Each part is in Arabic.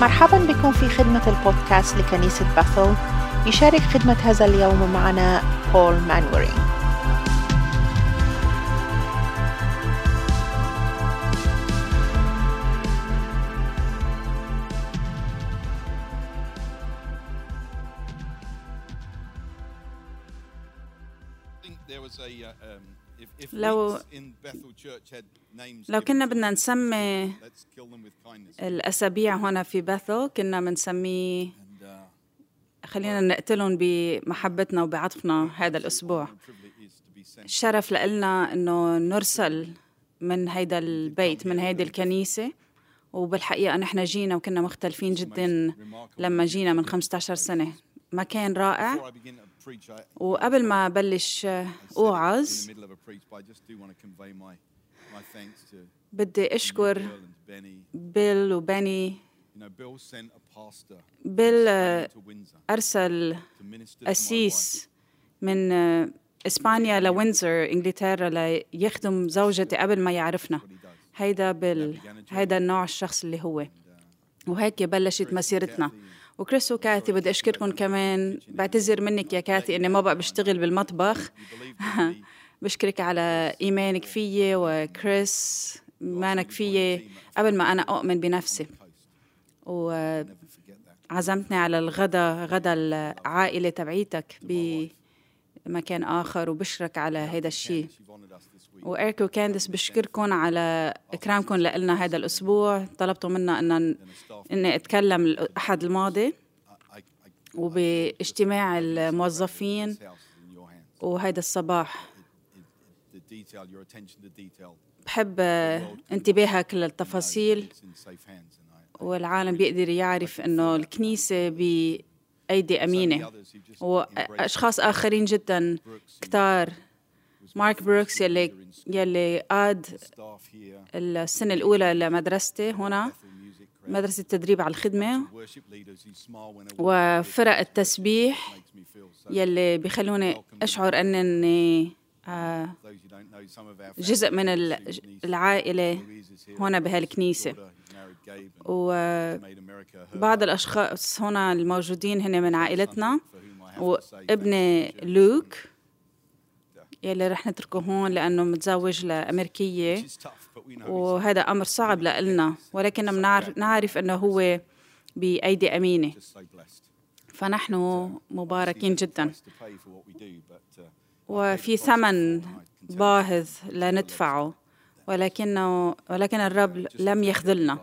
مرحبا بكم في خدمة البودكاست لكنيسة باثل. يشارك خدمة هذا اليوم معنا بول مانوري. لو كنا بدنا نسمي الأسابيع هنا في باثل كنا بنسميه خلينا نقتلهم بمحبتنا وبعطفنا هذا الأسبوع. الشرف لنا إنه نرسل من هيدا البيت من هيدا الكنيسة، وبالحقيقة نحن جينا وكنا مختلفين جدا لما جينا من 15 سنة. مكان رائع. وقبل ما بلش أوعظ بدي أشكر بيل وبني. بيل أرسل أسيس من إسبانيا لوينزر إنجلترا ليخدم زوجتي قبل ما يعرفنا. هيدا بيل، هيدا النوع الشخص اللي هو، وهيك بلشت مسيرتنا. وكريس وكاتي بدي أشكركم كمان. بعتذر منك يا كاتي إني ما بقى بشتغل بالمطبخ. بشكرك على إيمانك فيي، وكريس إيمانك فيي قبل ما أنا أؤمن بنفسي. وعزمتني على غدا العائلة تبعيتك بمكان آخر، وبشرك على هذا الشيء. وإيريك وكانديس بشكركم على إكرامكم لنا هذا الأسبوع. طلبتوا منا إني أتكلم الأحد الماضي وباجتماع الموظفين وهذا الصباح. بحب انتباهك للتفاصيل، والعالم بيقدر يعرف إنه الكنيسة بأيدي أمينة. وأشخاص آخرين جدا كتار، مارك بروكس يلي قاد السنة الأولى لمدرستي هنا، مدرسة التدريب على الخدمة، وفرق التسبيح يلي بيخلوني أشعر أنني جزء من العائلة هنا بهالكنيسة. وبعض الأشخاص هنا الموجودين هنا من عائلتنا، وابني لوك يلي رح نتركه هون لأنه متزوج لأمريكية، وهذا أمر صعب لنا، ولكن نعرف أنه هو بأيدي أمينة، فنحن مباركين جدا. وفي ثمن باهظ لا ندفعه، ولكن الرب لم يخذلنا.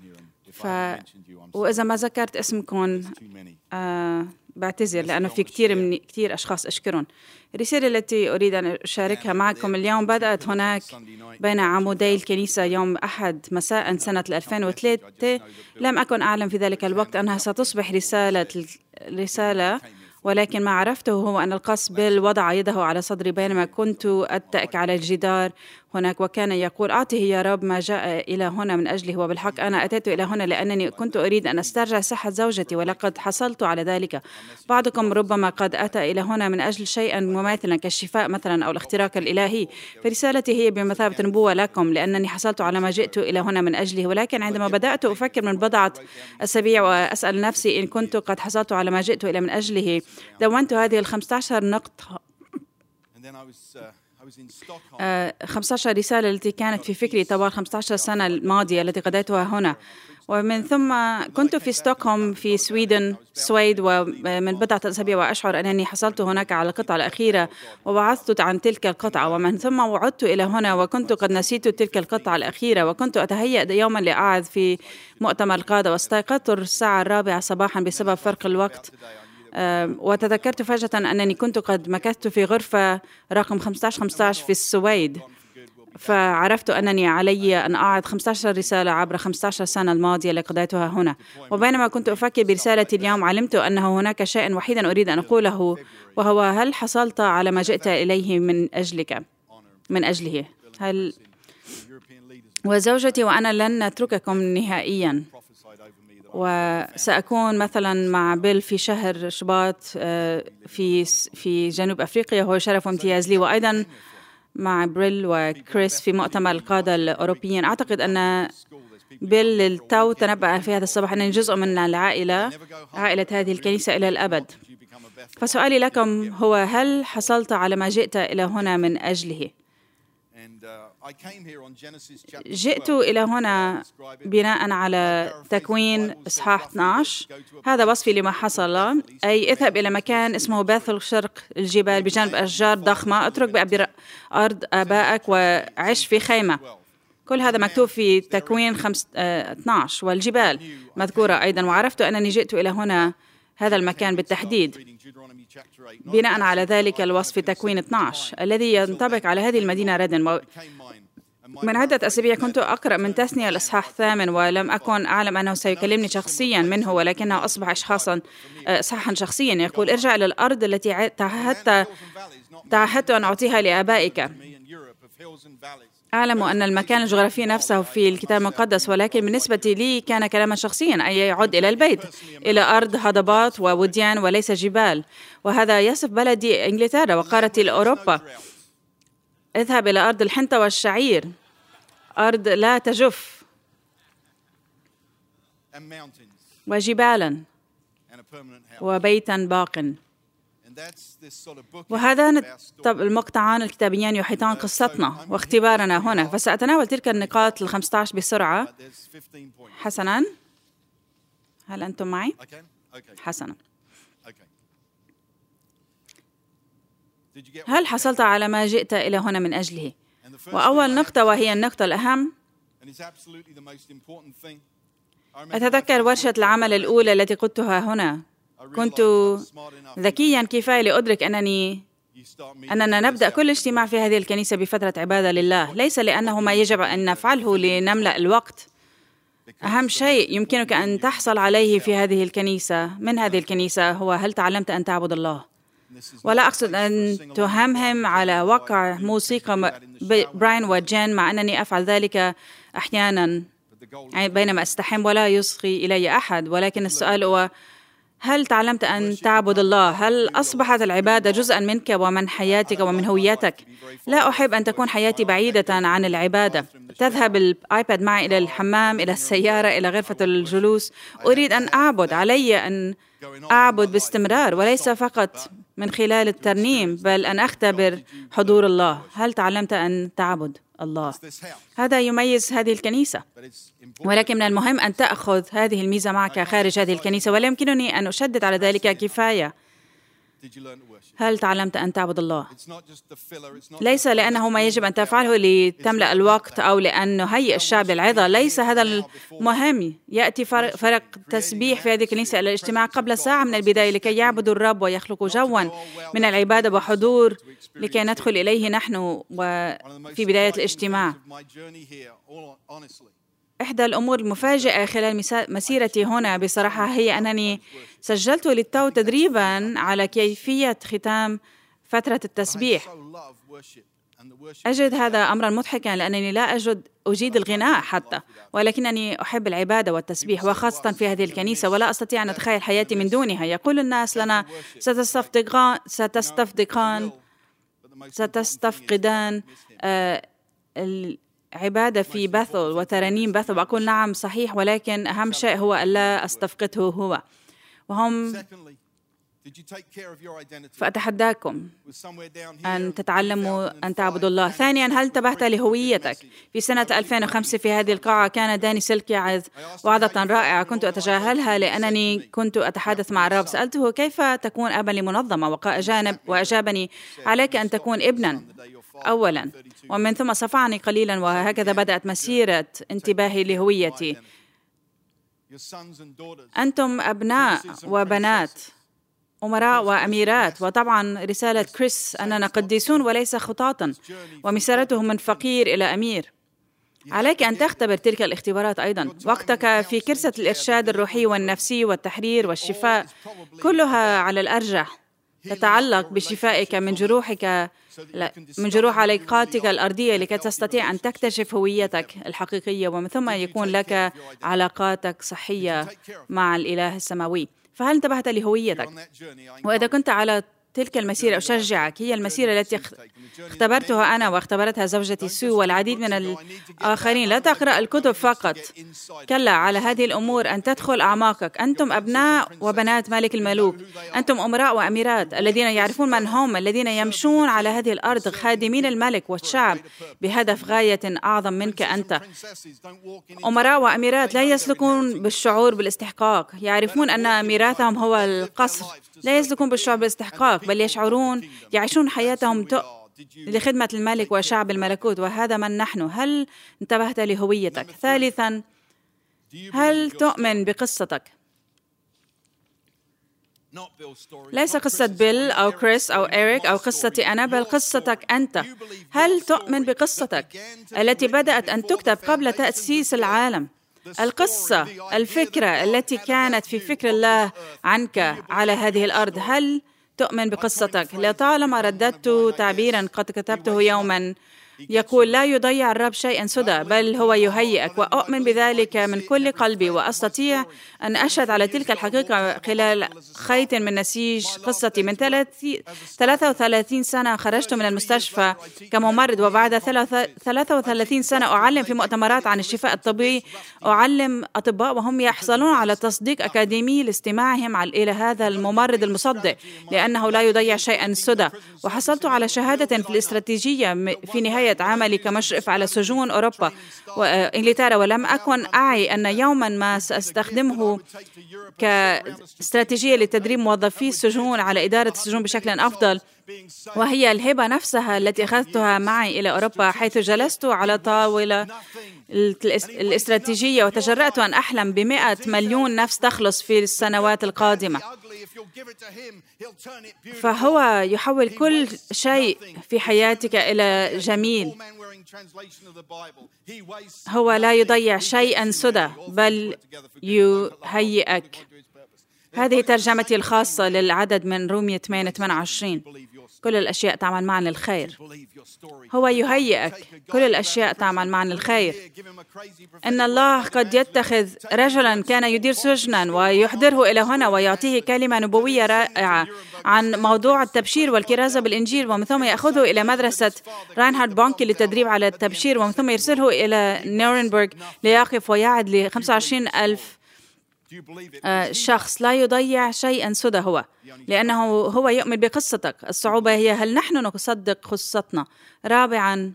وإذا ما ذكرت اسمكم بعتذر، لأنه في كتير أشخاص أشكرهم. الرسالة التي أريد أن أشاركها معكم اليوم بدأت هناك بين عمودي الكنيسة يوم أحد مساء سنة 2003. لم أكن أعلم في ذلك الوقت أنها ستصبح رسالة، ولكن ما عرفته هو أن القس بيل وضع يده على صدري بينما كنت أتكئ على الجدار هناك، وكان يقول: أعطه يا رب ما جاء إلى هنا من أجله. وبالحق أنا أتيت إلى هنا لأنني كنت أريد أن أسترجع صحة زوجتي، ولقد حصلت على ذلك. بعضكم ربما قد أتى إلى هنا من أجل شيئا مماثلا كالشفاء مثلا أو الاختراق الإلهي، فرسالتي هي بمثابة نبوة لكم، لأنني حصلت على ما جئت إلى هنا من أجله. ولكن عندما بدأت أفكر من بضعة أسابيع وأسأل نفسي إن كنت قد حصلت على ما جئت إلى من أجله، دونت هذه 15 نقطة 15 رسالة التي كانت في فكري طوال 15 سنة الماضية التي قضيتها هنا. ومن ثم كنت في ستوكهولم في سويد، ومن بضعة أسابيع وأشعر أنني حصلت هناك على القطعة الأخيرة وبعثت عن تلك القطعة. ومن ثم وعدت إلى هنا وكنت قد نسيت تلك القطعة الأخيرة، وكنت أتهيأ يوما لأعد في مؤتمر القادة، واستيقظت الساعة 4 صباحا بسبب فرق الوقت. وتذكرت فجأة أنني كنت قد مكثت في غرفة رقم 15 في السويد، فعرفت أنني علي أن أعد 15 رسالة عبر 15 سنة الماضية التي قضيتها هنا. وبينما كنت أفكر برسالتي اليوم علمت أنه هناك شيء وحيدا أريد أن أقوله، وهو: هل حصلت على ما جئت إليه من أجله؟ وزوجتي وأنا لن نترككم نهائيا. وسأكون مثلا مع بيل في شهر شباط في جنوب أفريقيا، هو شرف وامتياز لي. وأيضا مع بيل وكريس في مؤتمر القادة الأوروبيين. أعتقد أن بيل التو تنبأ في هذا الصباح أنني جزء من العائلة، عائلة هذه الكنيسة إلى الأبد. فسؤالي لكم هو: هل حصلت على ما جئت إلى هنا من أجله؟ جئت إلى هنا بناء على تكوين إصحاح 12. هذا وصفي لما حصل، أي اذهب إلى مكان اسمه بيثل شرق الجبال بجانب أشجار ضخمة، اترك بأرض آبائك وعش في خيمة. كل هذا مكتوب في تكوين 12، والجبال مذكورة أيضا. وعرفت أنني جئت إلى هنا هذا المكان بالتحديد بناء على ذلك الوصف في تكوين 12 الذي ينطبق على هذه المدينة ردن. من عدة أسابيع كنت أقرأ من تثنية الإصحاح 8 ولم أكن أعلم أنه سيكلمني شخصيا منه، ولكنه أصبح إصحاحا شخصيا. يقول: ارجع إلى الأرض التي تعهدت أن أعطيها لآبائك. أعلم أن المكان الجغرافي نفسه في الكتاب المقدس، ولكن بالنسبة لي كان كلاما شخصيا، أي يعود إلى البيت، إلى أرض هضبات ووديان وليس جبال. وهذا يصف بلدي إنجلترا وقارة أوروبا. اذهب إلى أرض الحنطة والشعير، أرض لا تجف، وجبالا وبيتا باق. وهذان المقطعان الكتابيان يحيطان قصتنا واختبارنا هنا. فسأتناول تلك النقاط 15 بسرعة. حسناً، هل أنتم معي؟ حسناً. هل حصلت على ما جئت إلى هنا من أجله؟ وأول نقطة، وهي النقطة الأهم، أتذكر ورشة العمل الأولى التي قدتها هنا. كنت ذكياً كفاية لأدرك أننا نبدأ كل اجتماع في هذه الكنيسة بفترة عبادة لله، ليس لأنه ما يجب أن نفعله لنملأ الوقت. أهم شيء يمكنك أن تحصل عليه في هذه الكنيسة، من هذه الكنيسة، هو هل تعلمت أن تعبد الله؟ ولا أقصد أن تهمهم على وقع موسيقى براين وجين، مع أنني أفعل ذلك أحياناً بينما أستحم ولا يصغي إلي أحد. ولكن السؤال هو: هل تعلمت أن تعبد الله؟ هل أصبحت العبادة جزءاً منك ومن حياتك ومن هويتك؟ لا أحب أن تكون حياتي بعيدة عن العبادة. تذهب الآيباد معي إلى الحمام، إلى السيارة، إلى غرفة الجلوس. أريد أن أعبد، علي أن أعبد باستمرار، وليس فقط من خلال الترنيم، بل أن أختبر حضور الله. هل تعلمت أن تعبد الله؟ هذا يميز هذه الكنيسة، ولكن من المهم أن تأخذ هذه الميزة معك خارج هذه الكنيسة، ولا يمكنني أن أشدد على ذلك كفاية. هل تعلمت أن تعبد الله؟ ليس لأنه ما يجب أن تفعله لتملأ الوقت أو لأن نهيئ الشعب للعظة، ليس هذا المهم. يأتي فرق تسبيح في هذه الكنيسة إلى الاجتماع قبل ساعة من البداية لكي يعبدوا الرب ويخلقوا جواً من العبادة وحضور لكي ندخل إليه نحن وفي بداية الاجتماع. إحدى الأمور المفاجئة خلال مسيرتي هنا بصراحة هي أنني سجلت للتو تدريباً على كيفية ختام فترة التسبيح. أجد هذا أمراً مضحكاً لأنني لا أجيد الغناء حتى، ولكنني أحب العبادة والتسبيح، وخاصة في هذه الكنيسة، ولا أستطيع أن أتخيل حياتي من دونها. يقول الناس لنا: ستستفقدان العبادة في بثل وترانيم بثل. وأقول: نعم صحيح، ولكن أهم شيء هو ألا أستفقده هو. فأتحداكم أن تتعلموا أن تعبدوا الله. ثانياً، هل انتبهت لهويتك؟ في سنة 2005 في هذه القاعة كان داني سيلك يعظ وعظة رائعة كنت أتجاهلها لأنني كنت أتحدث مع الرب. سألته: كيف تكون أباً لمنظمة؟ وأجابني: عليك أن تكون ابناً أولاً، ومن ثم صفعني قليلاً، وهكذا بدأت مسيرة انتباهي لهويتي. أنتم أبناء وبنات، أمراء وأميرات، وطبعاً رسالة كريس أننا قديسون وليس خطاطاً، ومسيرته من فقير إلى أمير. عليك أن تختبر تلك الاختبارات أيضاً. وقتك في كرسة الإرشاد الروحي والنفسي والتحرير والشفاء كلها على الأرجح تتعلق بشفائك من جروح علاقاتك الأرضية، لكي تستطيع أن تكتشف هويتك الحقيقية، ومن ثم يكون لك علاقاتك صحية مع الإله السماوي. فهل انتبهت لهويتك؟ وإذا كنت على تلك المسيرة أشجعك، هي المسيرة التي اختبرتها أنا واختبرتها زوجتي سو والعديد من الآخرين. لا تقرأ الكتب فقط، كلا، على هذه الأمور أن تدخل أعماقك. أنتم أبناء وبنات ملك الملوك، أنتم أمراء وأميرات الذين يعرفون من هم، الذين يمشون على هذه الأرض خادمين الملك والشعب بهدف غاية أعظم منك أنت. أمراء وأميرات لا يسلكون بالشعور بالاستحقاق، يعرفون أن ميراثهم هو القصر. لا يسلكون بالشعور بالاستحقاق، بل يعيشون حياتهم لخدمة الملك وشعب الملكوت، وهذا من نحن. هل انتبهت لهويتك؟ ثالثاً، هل تؤمن بقصتك؟ ليس قصة بيل أو كريس أو إريك أو قصتي أنا، بل قصتك أنت. هل تؤمن بقصتك التي بدأت أن تكتب قبل تأسيس العالم؟ القصة، الفكرة التي كانت في فكر الله عنك على هذه الأرض. هل تؤمن بقصتك؟ لطالما رددت تعبيراً قد كتبته يوماً يقول: لا يضيع الرب شيئاً سدى، بل هو يهيئك. وأؤمن بذلك من كل قلبي، وأستطيع أن أشهد على تلك الحقيقة خلال خيط من نسيج قصتي. من 33 سنة خرجت من المستشفى كممرض، وبعد 33 سنة أعلم في مؤتمرات عن الشفاء الطبي، أعلم أطباء وهم يحصلون على تصديق أكاديمي لاستماعهم إلى هذا الممرض المصدق، لأنه لا يضيع شيئاً سدى. وحصلت على شهادة في الاستراتيجية في نهاية عملي كمشرف على سجون أوروبا وإنجلترا، ولم أكن أعي أن يوماً ما سأستخدمه كاستراتيجية لتدريب موظفي السجون على إدارة السجون بشكل أفضل، وهي الهبة نفسها التي أخذتها معي إلى أوروبا، حيث جلست على طاولة الاستراتيجية وتجرأت أن أحلم ب100 مليون نفس تخلص في السنوات القادمة. فهو يحول كل شيء في حياتك إلى جميل. هو لا يضيع شيئاً سدى، بل يهيئك. هذه ترجمتي الخاصة للعدد من رومية 8:28. كل الأشياء تعمل معا للخير. هو يهيئك، كل الأشياء تعمل معا للخير. إن الله قد يتخذ رجلاً كان يدير سجناً ويحضره إلى هنا ويعطيه كلمة نبوية رائعة عن موضوع التبشير والكرازة بالإنجيل، ومن ثم يأخذه إلى مدرسة راينهارد بونكي للتدريب على التبشير، ومن ثم يرسله إلى نيرنبرغ ليقف ويعد ل25,000 شخص. لا يضيع شيئاً سدى هو، لأنه هو يؤمن بقصتك. الصعوبة هي هل نحن نصدق قصتنا. رابعاً،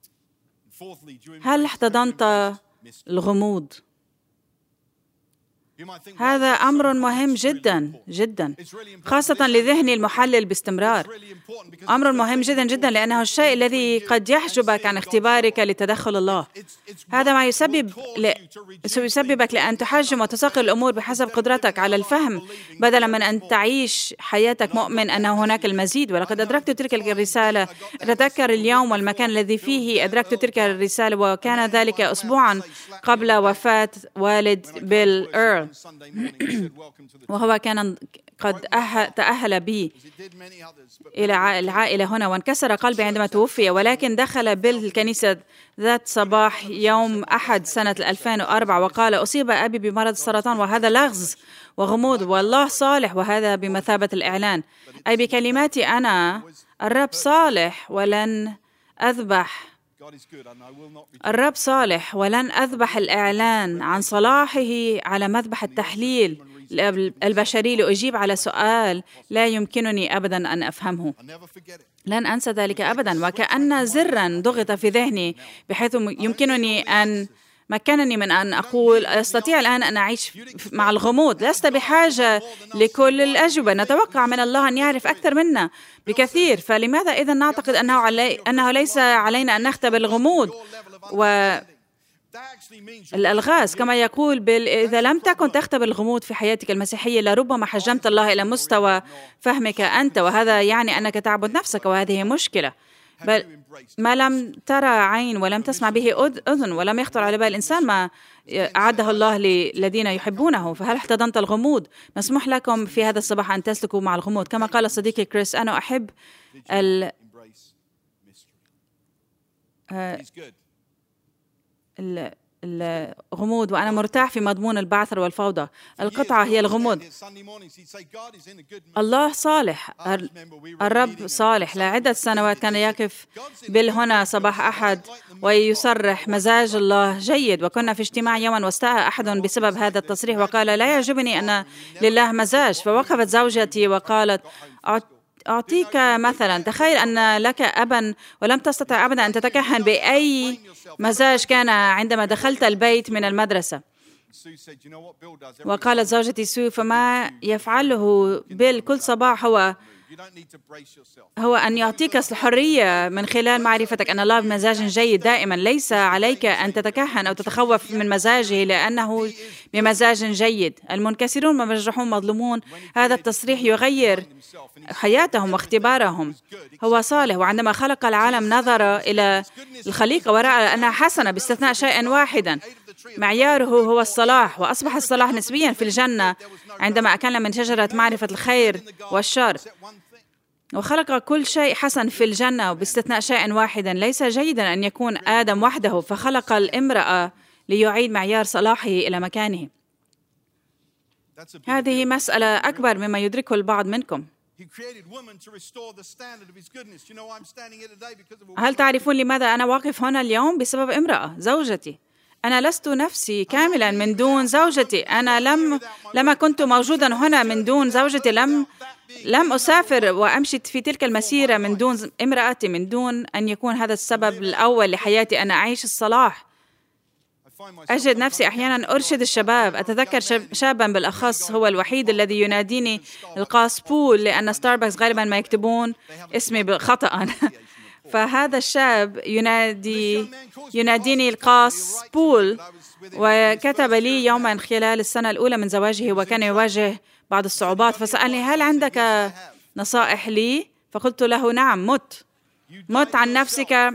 هل احتضنت الغموض؟ هذا أمر مهم جدا جدا، خاصة لذهني المحلل باستمرار. أمر مهم جدا جدا، لأنه الشيء الذي قد يحجبك عن اختبارك لتدخل الله. هذا ما سيسببك لأن تحجم وتساق الأمور بحسب قدرتك على الفهم، بدلا من أن تعيش حياتك مؤمن أن هناك المزيد. ولقد أدركت تلك الرسالة. أتذكر اليوم والمكان الذي فيه أدركت تلك الرسالة، وكان ذلك أسبوعا قبل وفاة والد بيل إيرل، وهو كان قد تأهل بي إلى العائلة هنا، وانكسر قلبي عندما توفي. ولكن دخل بيل الكنيسة ذات صباح يوم أحد سنة 2004 وقال: أصيب أبي بمرض السرطان، وهذا لغز وغموض، والله صالح، وهذا بمثابة الإعلان. أي بكلماتي أنا: الرب صالح ولن أذبح. الرب صالح ولن أذبح الإعلان عن صلاحه على مذبح التحليل البشري لأجيب على سؤال لا يمكنني أبداً أن أفهمه. لن أنسى ذلك أبداً، وكأن زراً ضغط في ذهني بحيث مكنني من أن أقول: أستطيع الآن أن أعيش مع الغموض، لست بحاجة لكل الأجوبة، نتوقع من الله أن يعرف أكثر منا بكثير، فلماذا إذن نعتقد أنه ليس علينا أن نختبر الغموض والألغاز؟ كما يقول إذا لم تكن تختبر الغموض في حياتك المسيحية لربما حجمت الله إلى مستوى فهمك أنت، وهذا يعني أنك تعبد نفسك، وهذه مشكلة. بل ما لم ترى عين ولم تسمع به أذن ولم يخطر على بال الإنسان ما أعده الله للذين يحبونه. فهل احتضنت الغموض؟ مسموح لكم في هذا الصباح أن تسلكوا مع الغموض. كما قال صديقي كريس: أنا أحب الغموض وأنا مرتاح في مضمون البعثر والفوضى. القطعة هي الغموض. الله صالح، الرب صالح. لعدة سنوات كان يقف بيل هنا صباح أحد ويصرح مزاج الله جيد، وكنا في اجتماع يوما واستاء أحد بسبب هذا التصريح وقال لا يعجبني أن لله مزاج. فوقفت زوجتي وقالت أعطيك مثلا، تخيل أن لك أبا ولم تستطع أبدا أن تتكهن بأي مزاج كان عندما دخلت البيت من المدرسة. وقالت زوجتي سو فما يفعله بيل كل صباح هو أن يعطيك الحرية من خلال معرفتك أن الله بمزاج جيد دائما. ليس عليك أن تتكهن أو تتخوف من مزاجه لأنه بمزاج جيد. المنكسرون ممجرحون مظلومون، هذا التصريح يغير حياتهم واختبارهم. هو صالح، وعندما خلق العالم نظر إلى الخليقة ورأى أنها حسنة باستثناء شيء واحدا، معياره هو الصلاح. وأصبح الصلاح نسبيا في الجنة عندما أكلنا من شجرة معرفة الخير والشر. وخلق كل شيء حسن في الجنة باستثناء شيء واحدا. ليس جيدا أن يكون آدم وحده، فخلق الامرأة ليعيد معيار صلاحه إلى مكانه. هذه مسألة أكبر مما يدركه البعض منكم. هل تعرفون لماذا أنا واقف هنا اليوم؟ بسبب امرأة، زوجتي. أنا لست نفسي كاملا من دون زوجتي. أنا لما كنت موجودا هنا من دون زوجتي. لم أسافر وأمشي في تلك المسيرة من دون امرأتي، من دون أن يكون هذا السبب الأول لحياتي أن أعيش الصلاح. أجد نفسي أحيانا أرشد الشباب. أتذكر شابا بالأخص هو الوحيد الذي يناديني القاس بول، لأن ستاربكس غالبا ما يكتبون اسمي خطأ. فهذا الشاب يناديني القاس بول، وكتب لي يوما خلال السنة الأولى من زواجه وكان يواجه بعض الصعوبات، فسألني هل عندك نصائح لي؟ فقلت له نعم، مت عن نفسك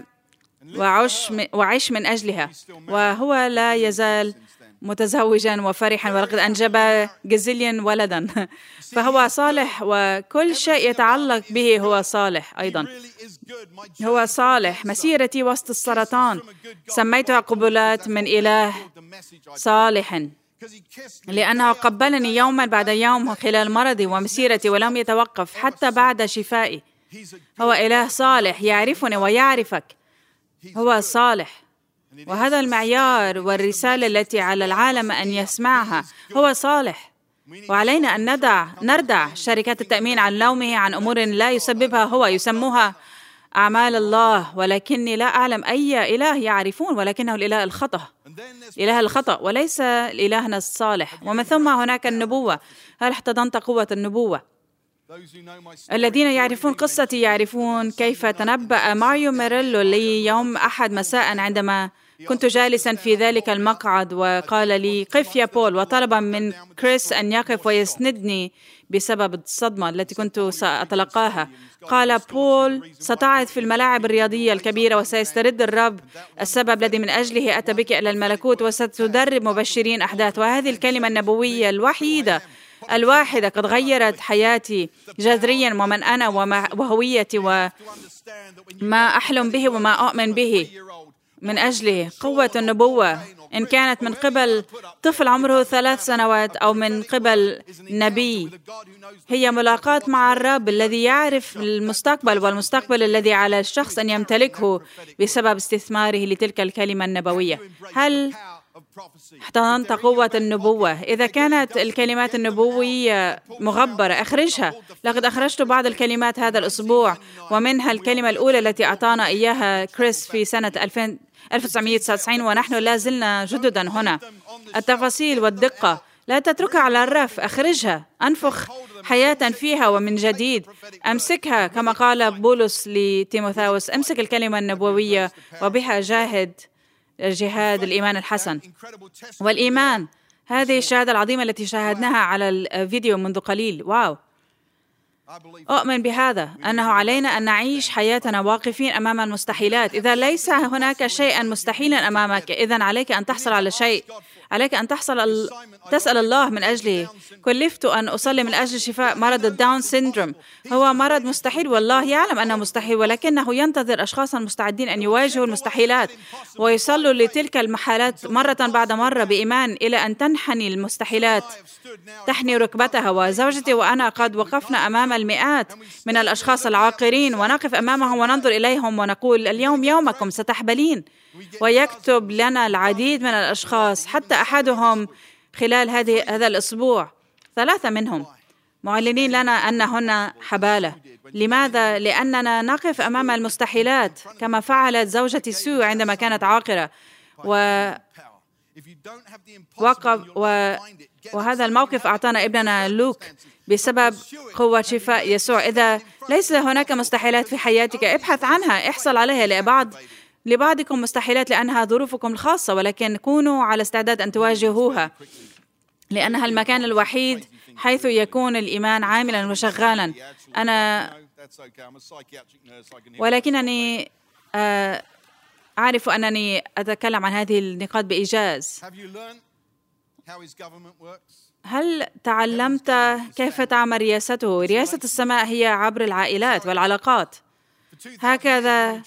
وعش من أجلها. وهو لا يزال متزوجا وفرحا ولقد أنجب جزيليا ولدا. فهو صالح وكل شيء يتعلق به هو صالح أيضا. هو صالح. مسيرتي وسط السرطان سميتها قبلات من إله صالح، لأنه قبلني يوما بعد يوم خلال مرضي ومسيرتي ولم يتوقف حتى بعد شفائي. هو إله صالح يعرفني ويعرفك. هو صالح، وهذا المعيار والرسالة التي على العالم أن يسمعها. هو صالح، وعلينا أن نردع شركات التأمين عن لومه عن أمور لا يسببها هو. يسموها أعمال الله، ولكني لا أعلم أي إله يعرفون، ولكنه الإله الخطأ وليس إلهنا الصالح. ومن ثم هناك النبوة. هل احتضنت قوة النبوة؟ الذين يعرفون قصتي يعرفون كيف تنبأ ماريو ميريلو لي يوم أحد مساء عندما كنت جالسا في ذلك المقعد، وقال لي قف يا بول، وطلب من كريس أن يقف ويسندني بسبب الصدمة التي كنت سأتلقاها. قال بول ستعد في الملاعب الرياضية الكبيرة وسيسترد الرب السبب الذي من أجله أتى بك إلى الملكوت، وستدرب مبشرين أحداث. وهذه الكلمة النبوية الواحدة قد غيرت حياتي جذريا، ومن أنا وهويتي وما أحلم به وما أؤمن به من أجله. قوة النبوة إن كانت من قبل طفل عمره 3 سنوات أو من قبل نبي، هي ملاقاة مع الرب الذي يعرف المستقبل، والمستقبل الذي على الشخص أن يمتلكه بسبب استثماره لتلك الكلمة النبوية. هل احتضنت قوة النبوة؟ إذا كانت الكلمات النبوية مغبرة أخرجها. لقد أخرجت بعض الكلمات هذا الأسبوع، ومنها الكلمة الأولى التي أعطانا إياها كريس في سنة 1999 ونحن لا زلنا جددا هنا. التفاصيل والدقة لا تتركها على الرف، أخرجها، أنفخ حياة فيها ومن جديد، أمسكها كما قال بولس لتيموثاوس، أمسك الكلمة النبوية وبها جهاد الإيمان الحسن. والإيمان، هذه الشهادة العظيمة التي شاهدناها على الفيديو منذ قليل. واو! أؤمن بهذا، أنه علينا أن نعيش حياتنا واقفين أمام المستحيلات. إذا ليس هناك شيئا مستحيلا أمامك، إذن عليك أن تحصل على شيء، عليك أن تسأل الله من أجله. كلفت أن أصلي من أجل شفاء مرض الداون سيندروم. هو مرض مستحيل، والله يعلم أنه مستحيل، ولكنه ينتظر أشخاصا مستعدين أن يواجهوا المستحيلات ويصلوا لتلك المحالات مرة بعد مرة بإيمان إلى أن تنحني المستحيلات، تحني ركبتها. وزوجتي وأنا قد وقفنا أمام المئات من الأشخاص العاقرين، ونقف أمامهم وننظر إليهم ونقول: اليوم يومكم، ستحبلين. ويكتب لنا العديد من الأشخاص، حتى أحدهم خلال هذا الأسبوع 3 منهم معلنين لنا أنهن حبالة. لماذا؟ لأننا نقف أمام المستحيلات كما فعلت زوجتي سو عندما كانت عاقرة، وهذا الموقف أعطانا ابننا لوك بسبب قوة شفاء يسوع. إذا ليس هناك مستحيلات في حياتك، ابحث عنها، احصل عليها. لبعضكم مستحيلات لأنها ظروفكم الخاصة، ولكن كونوا على استعداد أن تواجهوها، لأنها المكان الوحيد حيث يكون الإيمان عاملا وشغالا. ولكنني أعرف أنني أتكلم عن هذه النقاط بإيجاز. هل تعلمت كيف تعمل رياسته؟ رياسة السماء هي عبر العائلات والعلاقات. هكذا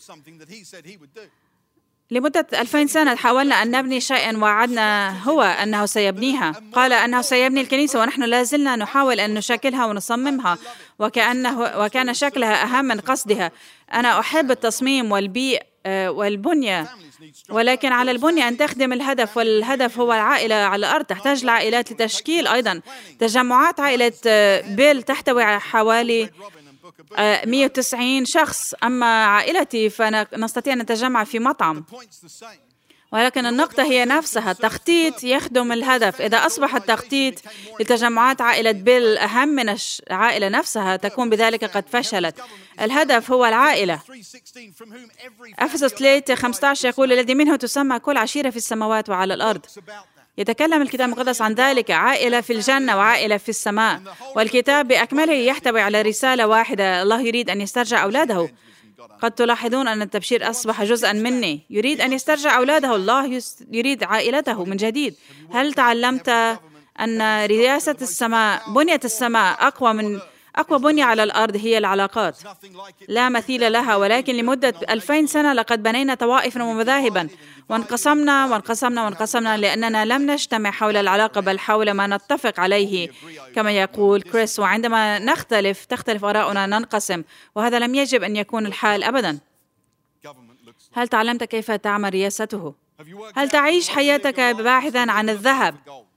لمدة 2000 سنة حاولنا أن نبني شيئا وعدنا هو أنه سيبنيها. قال أنه سيبني الكنيسة، ونحن لازلنا نحاول أن نشكلها ونصممها، وكان شكلها أهم من قصدها. أنا أحب التصميم والبنية، ولكن على البنية أن تخدم الهدف، والهدف هو العائلة على الأرض. تحتاج العائلات لتشكيل أيضا. تجمعات عائلة بيل تحتوي على حوالي 190 شخص، أما عائلتي فنستطيع أن نتجمع في مطعم. ولكن النقطة هي نفسها، التخطيط يخدم الهدف. إذا أصبح التخطيط لتجمعات عائلة بيل أهم من العائلة نفسها، تكون بذلك قد فشلت. الهدف هو العائلة. أفسس 3:15 يقول: الذي منه تسمى كل عشيرة في السماوات وعلى الأرض. يتكلم الكتاب المقدس عن ذلك، عائلة في الجنة وعائلة في السماء. والكتاب بأكمله يحتوي على رسالة واحدة: الله يريد أن يسترجع أولاده. قد تلاحظون أن التبشير أصبح جزءا مني. يريد أن يسترجع أولاده. الله يريد عائلته من جديد. هل تعلمت أن رياسة السماء، بنية السماء، أقوى بنية على الأرض هي العلاقات؟ لا مثيل لها. ولكن لمدة 2000 سنة لقد بنينا طوائفا ومذاهبا، وانقسمنا لأننا لم نجتمع حول العلاقة، بل حول ما نتفق عليه كما يقول كريس. وعندما تختلف آراؤنا ننقسم، وهذا لم يجب أن يكون الحال أبدا. هل تعلمت كيف تعمل رياسته؟ هل تعيش حياتك باحثا عن الذهب؟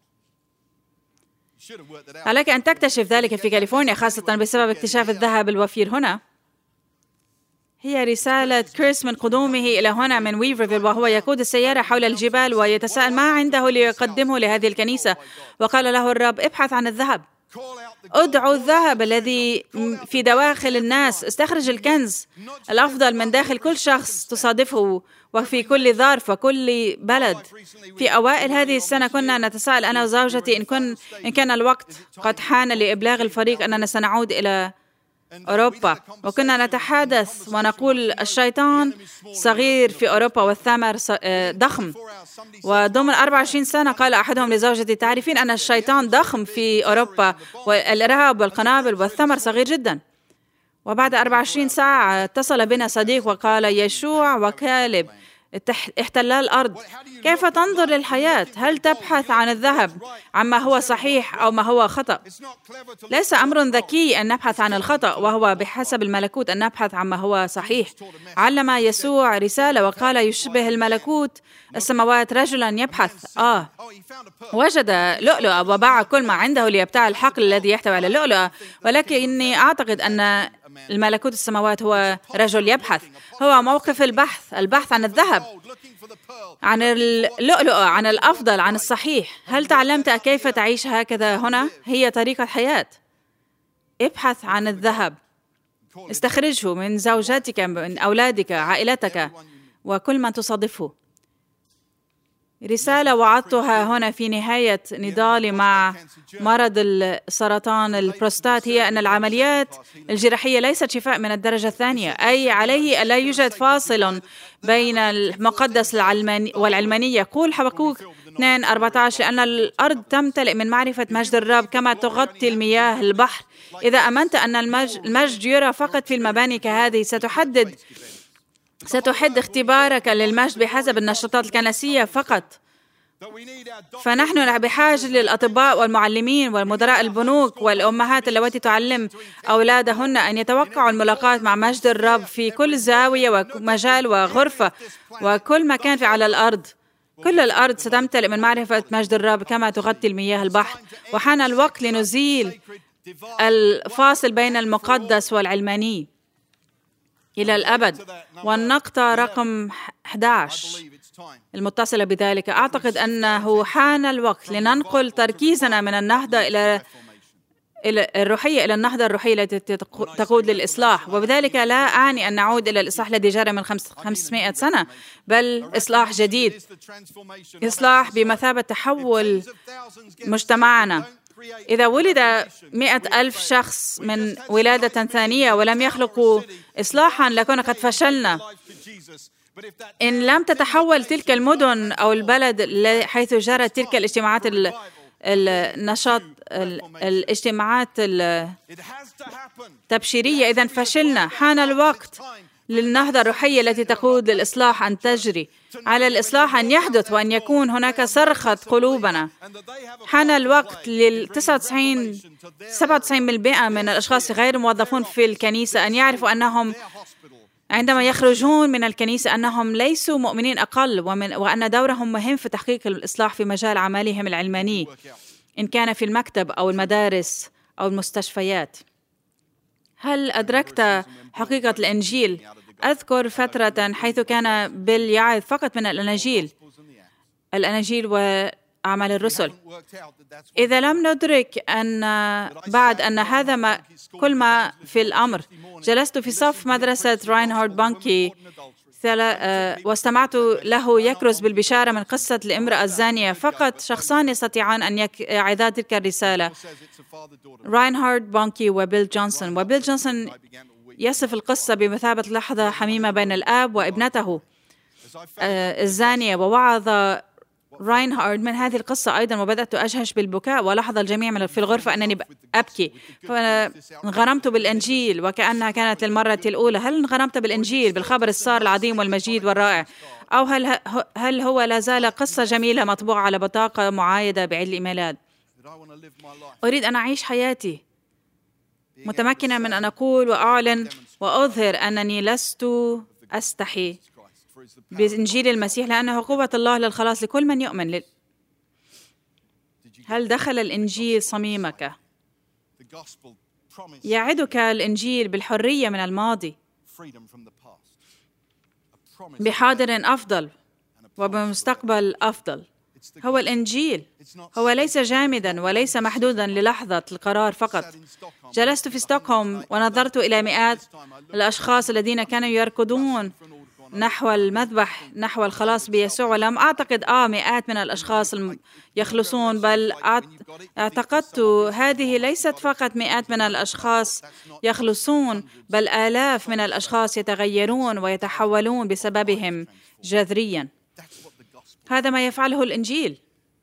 عليك أن تكتشف ذلك في كاليفورنيا، خاصة بسبب اكتشاف الذهب الوفير هنا. هي رسالة كريس من قدومه إلى هنا من ويفرفيل، وهو يقود السيارة حول الجبال ويتساءل ما عنده ليقدمه لهذه الكنيسة. وقال له الرب: ابحث عن الذهب، ادعو الذهب الذي في دواخل الناس، استخرج الكنز الأفضل من داخل كل شخص تصادفه، وفي كل ظرف وكل بلد. في أوائل هذه السنة كنا نتساءل أنا وزوجتي إن كان الوقت قد حان لإبلاغ الفريق أننا سنعود إلى أوروبا. وكنا نتحدث ونقول: الشيطان صغير في أوروبا والثمر ضخم. وضمن 24 سنة قال أحدهم لزوجتي: تعرفين أن الشيطان ضخم في أوروبا، والإرهاب والقنابل والثمر صغير جدا. وبعد 24 ساعة اتصل بنا صديق وقال: يشوع وكالب احتلا الأرض. كيف تنظر للحياة؟ هل تبحث عن الذهب، عما هو صحيح أو ما هو خطأ؟ ليس أمر ذكي أن نبحث عن الخطأ، وهو بحسب الملكوت أن نبحث عما هو صحيح. علم يسوع رسالة وقال: يشبه الملكوت السماوات رجلا يبحث. وجد لؤلؤة وباع كل ما عنده ليبتاع الحقل الذي يحتوي على اللؤلؤة. ولكني أعتقد أن الملكوت السماوات هو رجل يبحث، هو موقف البحث عن الذهب، عن اللؤلؤة، عن الأفضل، عن الصحيح. هل تعلمت كيف تعيش هكذا هنا؟ هي طريقة حياة. ابحث عن الذهب، استخرجه من زوجاتك، من أولادك، عائلتك، وكل من تصادفه. رسالة وعدتها هنا في نهاية نضالي مع مرض السرطان البروستات هي أن العمليات الجراحية ليست شفاء من الدرجة الثانية، أي عليه ألا يوجد فاصل بين المقدس والعلمانية. يقول حبقوق 2:14 لأن الأرض تمتلئ من معرفة مجد الرب كما تغطي المياه البحر. إذا أمنت أن المجد يرى فقط في المباني كهذه ستحد اختبارك للمجد بحسب النشاطات الكنسية فقط. فنحن بحاجة للأطباء والمعلمين والمدراء البنوك والأمهات اللواتي تعلم أولادهن أن يتوقعوا الملاقاة مع مجد الرب في كل زاوية ومجال وغرفة وكل مكان على الأرض. كل الأرض ستمتلئ من معرفة مجد الرب كما تغطي المياه البحر. وحان الوقت لنزيل الفاصل بين المقدس والعلماني إلى الأبد. والنقطة رقم 11 المتصلة بذلك، أعتقد أنه حان الوقت لننقل تركيزنا من النهضة إلى الروحية إلى النهضة الروحية التي تقود للإصلاح. وبذلك لا أعني أن نعود إلى الإصلاح الذي جرى من 500 سنة، بل إصلاح جديد، إصلاح بمثابة تحول مجتمعنا. إذا ولد 100,000 شخص من ولادة ثانية ولم يخلقوا إصلاحاً لكنا قد فشلنا. إن لم تتحول تلك المدن أو البلد حيث جرت تلك الاجتماعات النشاط الاجتماعات التبشيرية، إذن فشلنا. حان الوقت للنهضة الروحية التي تقود للإصلاح أن تجري. على الإصلاح أن يحدث وأن يكون هناك صرخة قلوبنا. حان الوقت 97% من الأشخاص غير موظفون في الكنيسة أن يعرفوا أنهم عندما يخرجون من الكنيسة أنهم ليسوا مؤمنين أقل، وأن دورهم مهم في تحقيق الإصلاح في مجال عملهم العلماني، إن كان في المكتب أو المدارس أو المستشفيات. هل أدركت حقيقة الإنجيل؟ أذكر فترة حيث كان بيل يعظ فقط من الأناجيل وأعمال الرسل. إذا لم ندرك أن بعد أن هذا كل ما في الأمر، جلست في صف مدرسة راينهارد بانكي واستمعت له يكرز بالبشارة من قصة الامرأة الزانية. فقط شخصان يستطيعان أن يعظا تلك الرسالة، راينهارد بانكي وبيل جونسون. وبيل جونسون يصف القصة بمثابة لحظة حميمة بين الآب وابنته الزانية، ووعظ راينهارد من هذه القصة أيضا، وبدأت أجهش بالبكاء ولاحظ الجميع في الغرفة أنني أبكي. فانغرمت بالإنجيل وكأنها كانت للمرة الأولى. هل انغرمت بالإنجيل بالخبر السار العظيم والمجيد والرائع، أو هل هو لا زال قصة جميلة مطبوعة على بطاقة معايدة بعيد الميلاد؟ أريد أن أعيش حياتي متمكنة من أن أقول وأعلن وأظهر أنني لست أستحي بإنجيل المسيح، لأنه قوة الله للخلاص لكل من يؤمن. هل دخل الإنجيل صميمك؟ يعدك الإنجيل بالحرية من الماضي، بحاضر أفضل وبمستقبل أفضل. هو الإنجيل، هو ليس جامداً وليس محدوداً للحظة القرار فقط. جلست في ستوكهولم ونظرت إلى مئات الأشخاص الذين كانوا يركضون نحو المذبح، نحو الخلاص بيسوع، ولم أعتقد مئات من الأشخاص يخلصون، بل اعتقدت هذه ليست فقط مئات من الأشخاص يخلصون، بل آلاف من الأشخاص يتغيرون ويتحولون بسببهم جذرياً. هذا ما يفعله الإنجيل.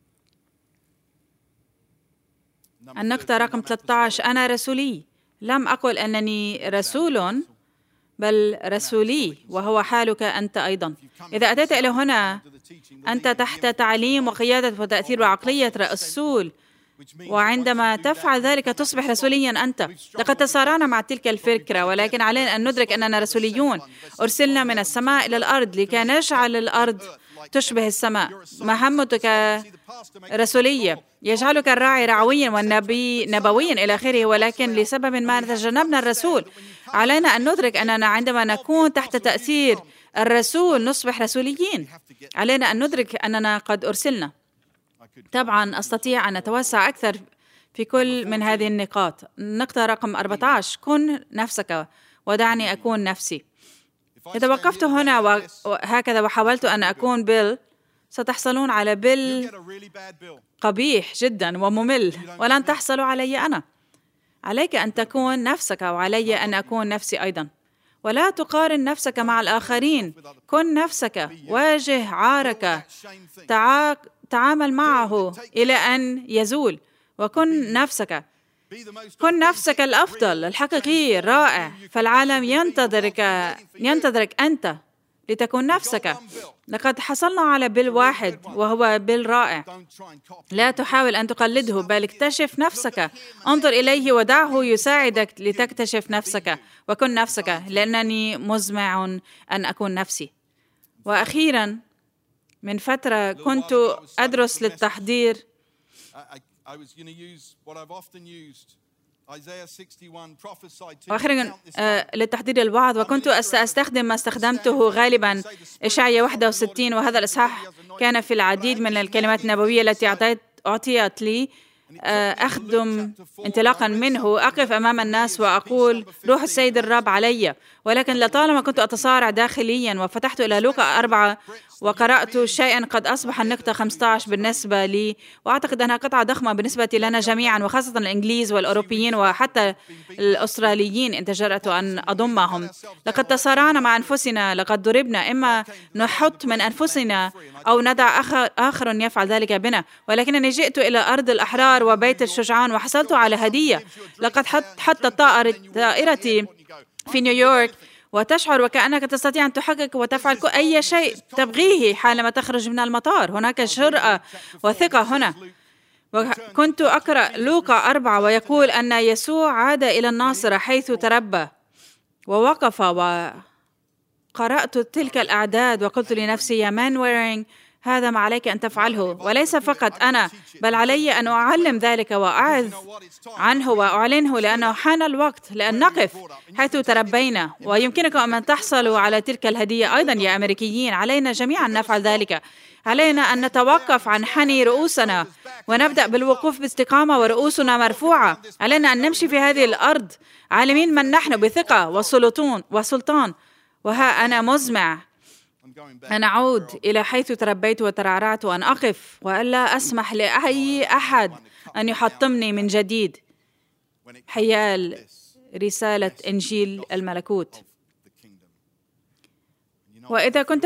النقطة رقم 13، أنا رسولي. لم أقل أنني رسول، بل رسولي، وهو حالك أنت أيضا. إذا أتيت إلى هنا أنت تحت تعليم وقيادة وتأثير وعقلية رسول، وعندما تفعل ذلك تصبح رسوليا أنت. لقد تسارعنا مع تلك الفكرة، ولكن علينا أن ندرك أننا رسوليون، أرسلنا من السماء إلى الأرض لكي نجعل الأرض تشبه السماء. مهمتك رسولية، يجعلك الراعي رعويا والنبي نبويا إلى آخره، ولكن لسبب ما تجنبنا الرسول. علينا أن ندرك أننا عندما نكون تحت تأثير الرسول نصبح رسوليين. علينا أن ندرك أننا قد أرسلنا. طبعا أستطيع أن أتوسع أكثر في كل من هذه النقاط. النقطة رقم 14، كن نفسك ودعني أكون نفسي. إذا وقفت هنا وهكذا وحاولت أن أكون بيل، ستحصلون على بل قبيح جدا وممل، ولن تحصلوا علي أنا. عليك أن تكون نفسك، وعلي أن أكون نفسي أيضا. ولا تقارن نفسك مع الآخرين، كن نفسك، واجه عارك، تعامل معه إلى أن يزول، وكن نفسك. كن نفسك الأفضل، الحقيقي، الرائع، فالعالم ينتظرك أنت لتكون نفسك. لقد حصلنا على بل واحد وهو بل رائع. لا تحاول أن تقلده، بل اكتشف نفسك، انظر إليه ودعه يساعدك لتكتشف نفسك، وكن نفسك، لأنني مزمع أن أكون نفسي. وأخيراً، من فترة كنت أدرس للتحضير للتحضير الوعظ، وكنت أستخدم ما استخدمته غالباً إشعياء 61، وهذا الإصحاح كان في العديد من الكلمات النبوية التي أعطيت لي أخدم انطلاقا منه. أقف أمام الناس وأقول روح السيد الرب علي، ولكن لطالما كنت أتصارع داخليا. وفتحت إلى لوقا 4 وقرأت شيئا قد أصبح النقطة 15 بالنسبة لي، وأعتقد أنها قطعة ضخمة بالنسبة لنا جميعا، وخاصة الإنجليز والأوروبيين وحتى الأستراليين إن تجرأت أن أضمهم. لقد تصارعنا مع أنفسنا، لقد ضربنا، إما نحط من أنفسنا أو ندع آخر يفعل ذلك بنا. ولكنني جئت إلى أرض الأحرار وبيت الشجعان وحصلت على هدية. لقد حطت طائرتي في نيويورك، وتشعر وكأنك تستطيع أن تحقق وتفعل أي شيء تبغيه حالما تخرج من المطار. هناك جرأة وثقة هنا. وكنت أقرأ لوقا 4 ويقول أن يسوع عاد إلى الناصرة حيث تربى، ووقف، وقرأت تلك الأعداد وقلت لنفسي يا مان ويرينغ، هذا ما عليك أن تفعله، وليس فقط أنا، بل علي أن أعلم ذلك وأعظ عنه وأعلنه، لأنه حان الوقت لأن نقف حيث تربينا. ويمكنكم أن تحصلوا على تلك الهدية أيضا يا أمريكيين. علينا جميعا نفعل ذلك. علينا أن نتوقف عن حني رؤوسنا ونبدأ بالوقوف باستقامة ورؤوسنا مرفوعة. علينا أن نمشي في هذه الأرض عالمين من نحن بثقة وسلطان. وها أنا مزمع أن أعود إلى حيث تربيت وترعرعت، وأن أقف وألا أسمح لأي أحد أن يحطمني من جديد حيال رسالة إنجيل الملكوت. وإذا كنت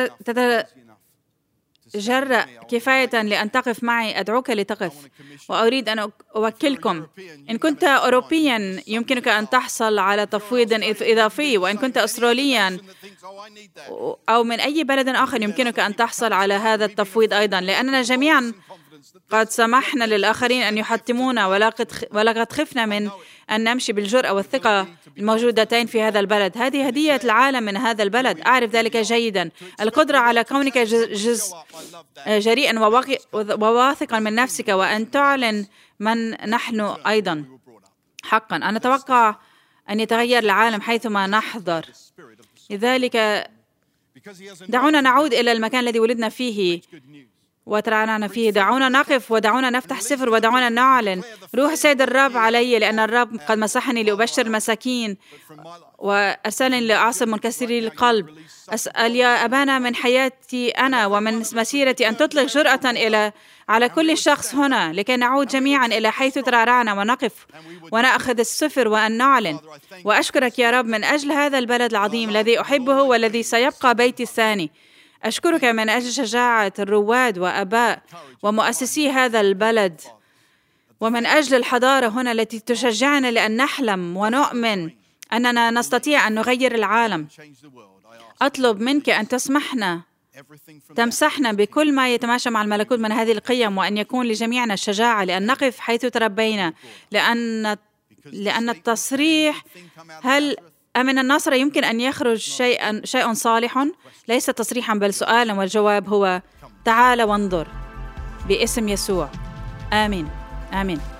تتجرأ كفاية لأن تقف معي، أدعوك لتقف، وأريد أن أوكلكم. إن كنت أوروبيا يمكنك أن تحصل على تفويض إضافي، وإن كنت أستراليا أو من أي بلد آخر يمكنك أن تحصل على هذا التفويض أيضا، لأننا جميعا قد سمحنا للآخرين أن يحطمونا، ولقد خفنا من أن نمشي بالجرأة والثقة الموجودتين في هذا البلد. هذه هدية العالم من هذا البلد، أعرف ذلك جيدا. القدرة على كونك جريئا وواثقا من نفسك، وأن تعلن من نحن أيضا. حقا أنا أتوقع أن يتغير العالم حيثما نحضر. لذلك دعونا نعود إلى المكان الذي ولدنا فيه وترعرعنا فيه. دعونا نقف ودعونا نفتح سفر ودعونا نعلن روح السيد الرب علي، لأن الرب قد مسحني لأبشر المساكين وأرسلني لأعصب منكسري القلب. أسأل يا أبانا من حياتي أنا ومن مسيرتي أن تطلق جرأة على كل شخص هنا، لكي نعود جميعا إلى حيث ترعرعنا ونقف ونأخذ السفر وأن نعلن. وأشكرك يا رب من أجل هذا البلد العظيم الذي أحبه والذي سيبقى بيتي الثاني. أشكرك من أجل شجاعة الرواد وأباء ومؤسسي هذا البلد، ومن أجل الحضارة هنا التي تشجعنا لأن نحلم ونؤمن أننا نستطيع أن نغير العالم. أطلب منك أن تمسحنا بكل ما يتماشى مع الملكوت من هذه القيم، وأن يكون لجميعنا الشجاعة لأن نقف حيث تربينا، لأن التصريح هل أمن الناصرة يمكن أن يخرج شيء صالح ليس تصريحا بل سؤالا، والجواب هو تعال وانظر باسم يسوع. آمين آمين.